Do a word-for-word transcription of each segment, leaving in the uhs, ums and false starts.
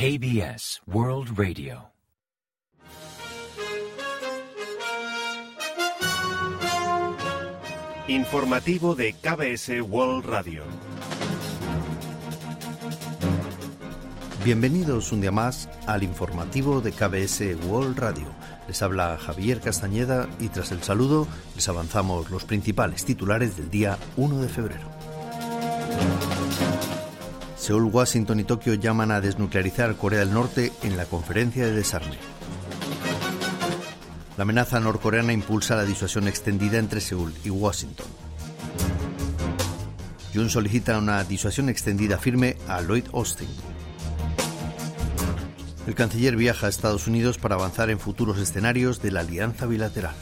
K B S World Radio. Informativo de K B S World Radio. Bienvenidos un día más al informativo de K B S World Radio. Les habla Javier Castañeda y tras el saludo les avanzamos los principales titulares del día uno de febrero. Seúl, Washington y Tokio llaman a desnuclearizar Corea del Norte en la conferencia de desarme. La amenaza norcoreana impulsa la disuasión extendida entre Seúl y Washington. Yoon solicita una disuasión extendida firme a Lloyd Austin. El canciller viaja a Estados Unidos para avanzar en futuros escenarios de la alianza bilateral.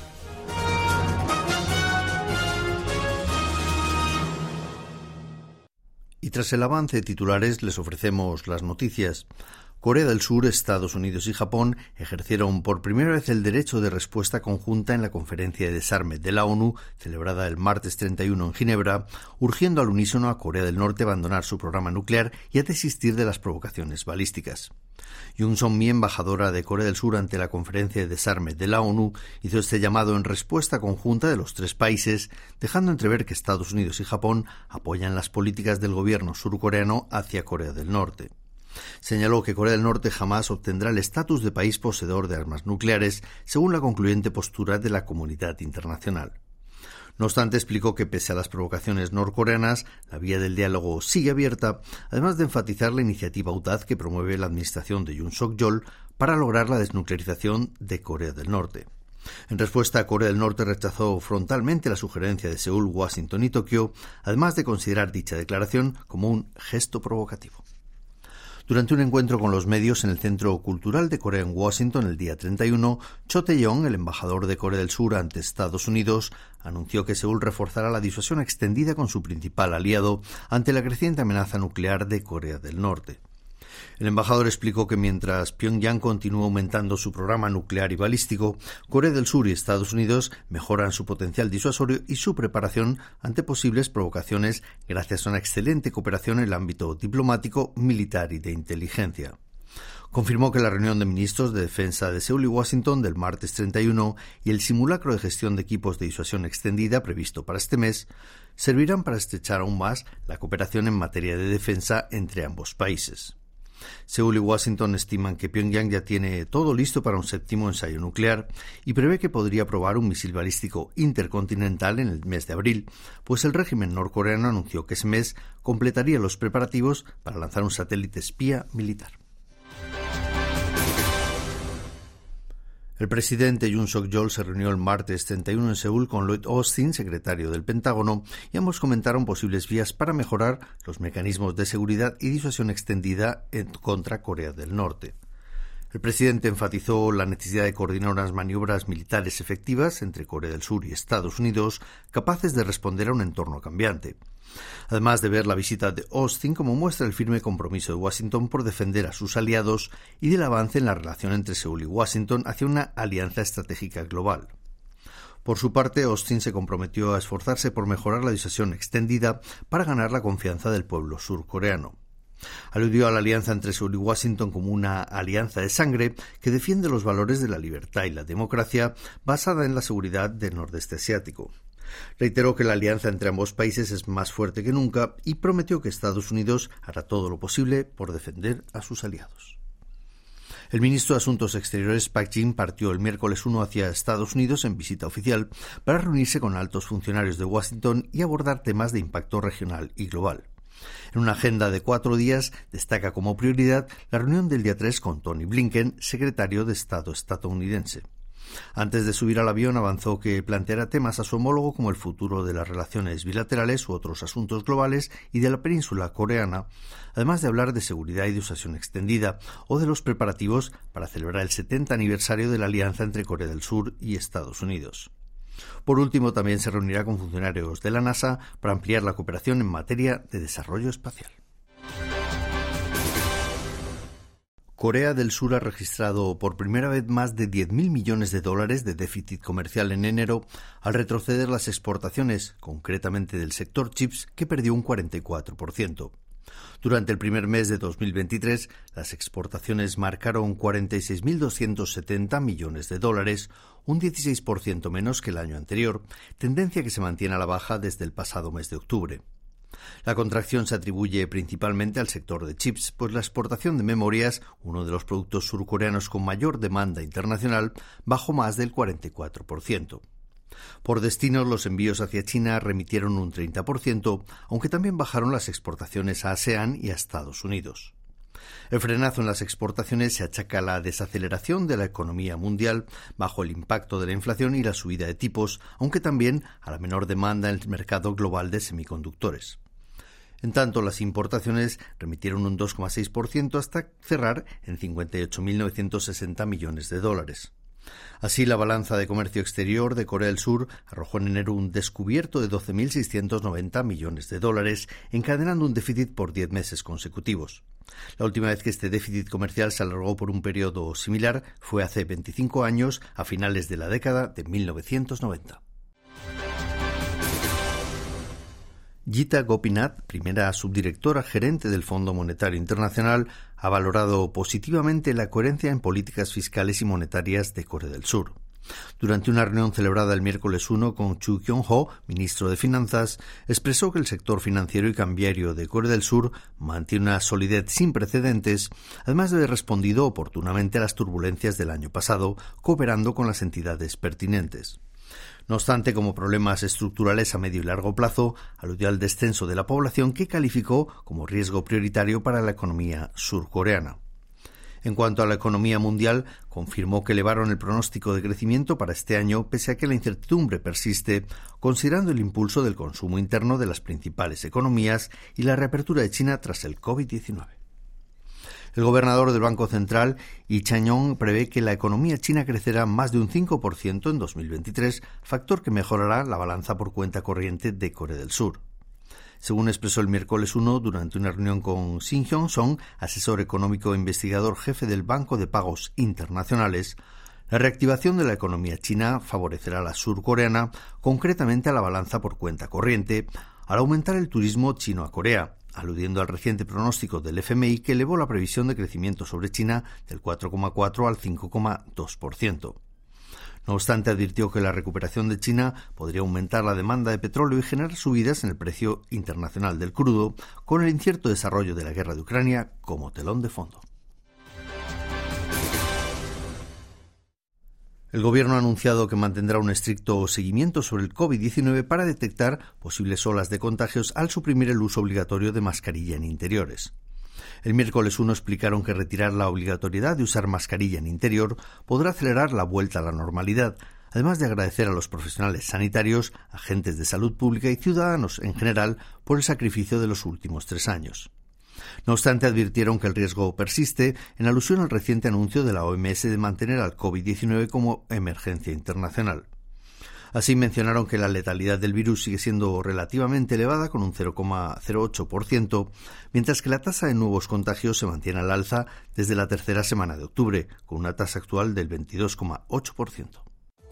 Y tras el avance de titulares les ofrecemos las noticias. Corea del Sur, Estados Unidos y Japón ejercieron por primera vez el derecho de respuesta conjunta en la conferencia de desarme de la ONU, celebrada el martes treinta y uno en Ginebra, urgiendo al unísono a Corea del Norte a abandonar su programa nuclear y a desistir de las provocaciones balísticas. Yoon Song-mi, embajadora de Corea del Sur ante la conferencia de desarme de la ONU, hizo este llamado en respuesta conjunta de los tres países, dejando entrever que Estados Unidos y Japón apoyan las políticas del gobierno surcoreano hacia Corea del Norte. Señaló que Corea del Norte jamás obtendrá el estatus de país poseedor de armas nucleares, según la concluyente postura de la comunidad internacional. No obstante, explicó que pese a las provocaciones norcoreanas, la vía del diálogo sigue abierta, además de enfatizar la iniciativa audaz que promueve la administración de Yoon Suk-yeol para lograr la desnuclearización de Corea del Norte. En respuesta, Corea del Norte rechazó frontalmente la sugerencia de Seúl, Washington y Tokio, además de considerar dicha declaración como un gesto provocativo. Durante un encuentro con los medios en el Centro Cultural de Corea en Washington el día treinta y uno, Cho Tae-yong, el embajador de Corea del Sur ante Estados Unidos, anunció que Seúl reforzará la disuasión extendida con su principal aliado ante la creciente amenaza nuclear de Corea del Norte. El embajador explicó que mientras Pyongyang continúa aumentando su programa nuclear y balístico, Corea del Sur y Estados Unidos mejoran su potencial disuasorio y su preparación ante posibles provocaciones gracias a una excelente cooperación en el ámbito diplomático, militar y de inteligencia. Confirmó que la reunión de ministros de defensa de Seúl y Washington del martes treinta y uno y el simulacro de gestión de equipos de disuasión extendida previsto para este mes servirán para estrechar aún más la cooperación en materia de defensa entre ambos países. Seúl y Washington estiman que Pyongyang ya tiene todo listo para un séptimo ensayo nuclear y prevé que podría probar un misil balístico intercontinental en el mes de abril, pues el régimen norcoreano anunció que ese mes completaría los preparativos para lanzar un satélite espía militar. El presidente Yoon Suk-yeol se reunió el martes treinta y uno en Seúl con Lloyd Austin, secretario del Pentágono, y ambos comentaron posibles vías para mejorar los mecanismos de seguridad y disuasión extendida en contra Corea del Norte. El presidente enfatizó la necesidad de coordinar unas maniobras militares efectivas entre Corea del Sur y Estados Unidos, capaces de responder a un entorno cambiante. Además de ver la visita de Austin como muestra el firme compromiso de Washington por defender a sus aliados y del avance en la relación entre Seúl y Washington hacia una alianza estratégica global. Por su parte, Austin se comprometió a esforzarse por mejorar la disuasión extendida para ganar la confianza del pueblo surcoreano. Aludió a la alianza entre Seúl y Washington como una alianza de sangre que defiende los valores de la libertad y la democracia basada en la seguridad del nordeste asiático. Reiteró que la alianza entre ambos países es más fuerte que nunca y prometió que Estados Unidos hará todo lo posible por defender a sus aliados. El ministro de Asuntos Exteriores Pak Jin partió el miércoles uno hacia Estados Unidos en visita oficial para reunirse con altos funcionarios de Washington y abordar temas de impacto regional y global. En una agenda de cuatro días destaca como prioridad la reunión del día tres con Tony Blinken, secretario de Estado estadounidense. Antes de subir al avión avanzó que planteará temas a su homólogo como el futuro de las relaciones bilaterales u otros asuntos globales y de la península coreana, además de hablar de seguridad y disuasión extendida o de los preparativos para celebrar el setenta aniversario de la alianza entre Corea del Sur y Estados Unidos. Por último, también se reunirá con funcionarios de la NASA para ampliar la cooperación en materia de desarrollo espacial. Corea del Sur ha registrado por primera vez más de diez mil millones de dólares de déficit comercial en enero, al retroceder las exportaciones, concretamente del sector chips, que perdió un cuarenta y cuatro por ciento. Durante el primer mes de dos mil veintitrés, las exportaciones marcaron cuarenta y seis mil doscientos setenta millones de dólares, un dieciséis por ciento menos que el año anterior, tendencia que se mantiene a la baja desde el pasado mes de octubre. La contracción se atribuye principalmente al sector de chips, pues la exportación de memorias, uno de los productos surcoreanos con mayor demanda internacional, bajó más del cuarenta y cuatro por ciento. Por destinos, los envíos hacia China remitieron un treinta por ciento, aunque también bajaron las exportaciones a ASEAN y a Estados Unidos. El frenazo en las exportaciones se achaca a la desaceleración de la economía mundial bajo el impacto de la inflación y la subida de tipos, aunque también a la menor demanda en el mercado global de semiconductores. En tanto, las importaciones remitieron un dos coma seis por ciento hasta cerrar en cincuenta y ocho mil novecientos sesenta millones de dólares. Así, la balanza de comercio exterior de Corea del Sur arrojó en enero un descubierto de doce mil seiscientos noventa millones de dólares, encadenando un déficit por diez meses consecutivos. La última vez que este déficit comercial se alargó por un periodo similar fue hace veinticinco años, a finales de la década de mil novecientos noventa. Gita Gopinath, primera subdirectora gerente del Fondo Monetario Internacional, ha valorado positivamente la coherencia en políticas fiscales y monetarias de Corea del Sur. Durante una reunión celebrada el miércoles uno con Chu Kyung-ho, ministro de Finanzas, expresó que el sector financiero y cambiario de Corea del Sur mantiene una solidez sin precedentes, además de haber respondido oportunamente a las turbulencias del año pasado, cooperando con las entidades pertinentes. No obstante, como problemas estructurales a medio y largo plazo, aludió al descenso de la población que calificó como riesgo prioritario para la economía surcoreana. En cuanto a la economía mundial, confirmó que elevaron el pronóstico de crecimiento para este año pese a que la incertidumbre persiste, considerando el impulso del consumo interno de las principales economías y la reapertura de China tras el COVID diecinueve. El gobernador del Banco Central, Lee Chang-yong, prevé que la economía china crecerá más de un cinco por ciento en dos mil veintitrés, factor que mejorará la balanza por cuenta corriente de Corea del Sur. Según expresó el miércoles uno durante una reunión con Shin Hyong-song, asesor económico e investigador jefe del Banco de Pagos Internacionales, la reactivación de la economía china favorecerá a la surcoreana, concretamente a la balanza por cuenta corriente, al aumentar el turismo chino a Corea, aludiendo al reciente pronóstico del F M I que elevó la previsión de crecimiento sobre China del cuatro coma cuatro al cinco coma dos por ciento. No obstante, advirtió que la recuperación de China podría aumentar la demanda de petróleo y generar subidas en el precio internacional del crudo, con el incierto desarrollo de la guerra de Ucrania como telón de fondo. El Gobierno ha anunciado que mantendrá un estricto seguimiento sobre el COVID diecinueve para detectar posibles olas de contagios al suprimir el uso obligatorio de mascarilla en interiores. El miércoles uno explicaron que retirar la obligatoriedad de usar mascarilla en interior podrá acelerar la vuelta a la normalidad, además de agradecer a los profesionales sanitarios, agentes de salud pública y ciudadanos en general por el sacrificio de los últimos tres años. No obstante, advirtieron que el riesgo persiste en alusión al reciente anuncio de la O M S de mantener al COVID diecinueve como emergencia internacional. Así mencionaron que la letalidad del virus sigue siendo relativamente elevada con un cero coma cero ocho por ciento, mientras que la tasa de nuevos contagios se mantiene al alza desde la tercera semana de octubre, con una tasa actual del veintidós coma ocho por ciento.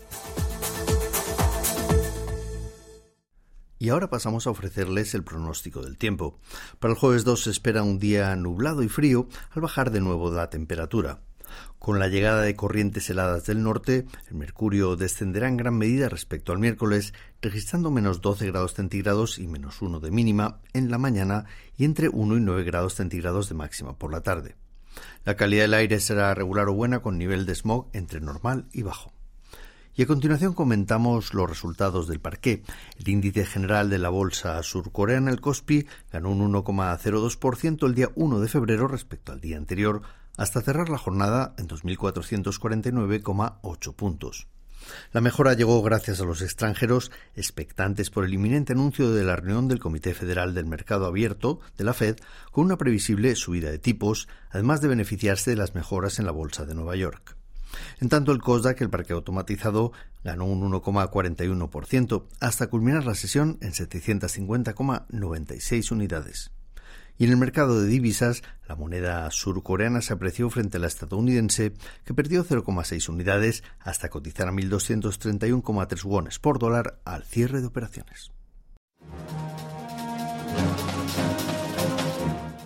Y ahora pasamos a ofrecerles el pronóstico del tiempo. Para el jueves dos se espera un día nublado y frío al bajar de nuevo la temperatura. Con la llegada de corrientes heladas del norte, el mercurio descenderá en gran medida respecto al miércoles, registrando menos doce grados centígrados y menos uno de mínima en la mañana y entre uno y nueve grados centígrados de máxima por la tarde. La calidad del aire será regular o buena con nivel de smog entre normal y bajo. Y a continuación comentamos los resultados del parqué. El índice general de la bolsa surcoreana, el Kospi, ganó un uno coma cero dos por ciento el día uno de febrero respecto al día anterior, hasta cerrar la jornada en dos mil cuatrocientos cuarenta y nueve coma ocho puntos. La mejora llegó gracias a los extranjeros expectantes por el inminente anuncio de la reunión del Comité Federal del Mercado Abierto de la Fed con una previsible subida de tipos, además de beneficiarse de las mejoras en la bolsa de Nueva York. En tanto, el Kosdaq, el parque automatizado, ganó un uno coma cuarenta y uno por ciento hasta culminar la sesión en setecientos cincuenta coma noventa y seis unidades. Y en el mercado de divisas, la moneda surcoreana se apreció frente a la estadounidense, que perdió cero coma seis unidades hasta cotizar a mil doscientos treinta y uno coma tres wones por dólar al cierre de operaciones.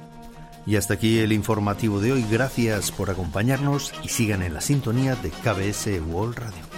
Y hasta aquí el informativo de hoy. Gracias por acompañarnos y sigan en la sintonía de K B S World Radio.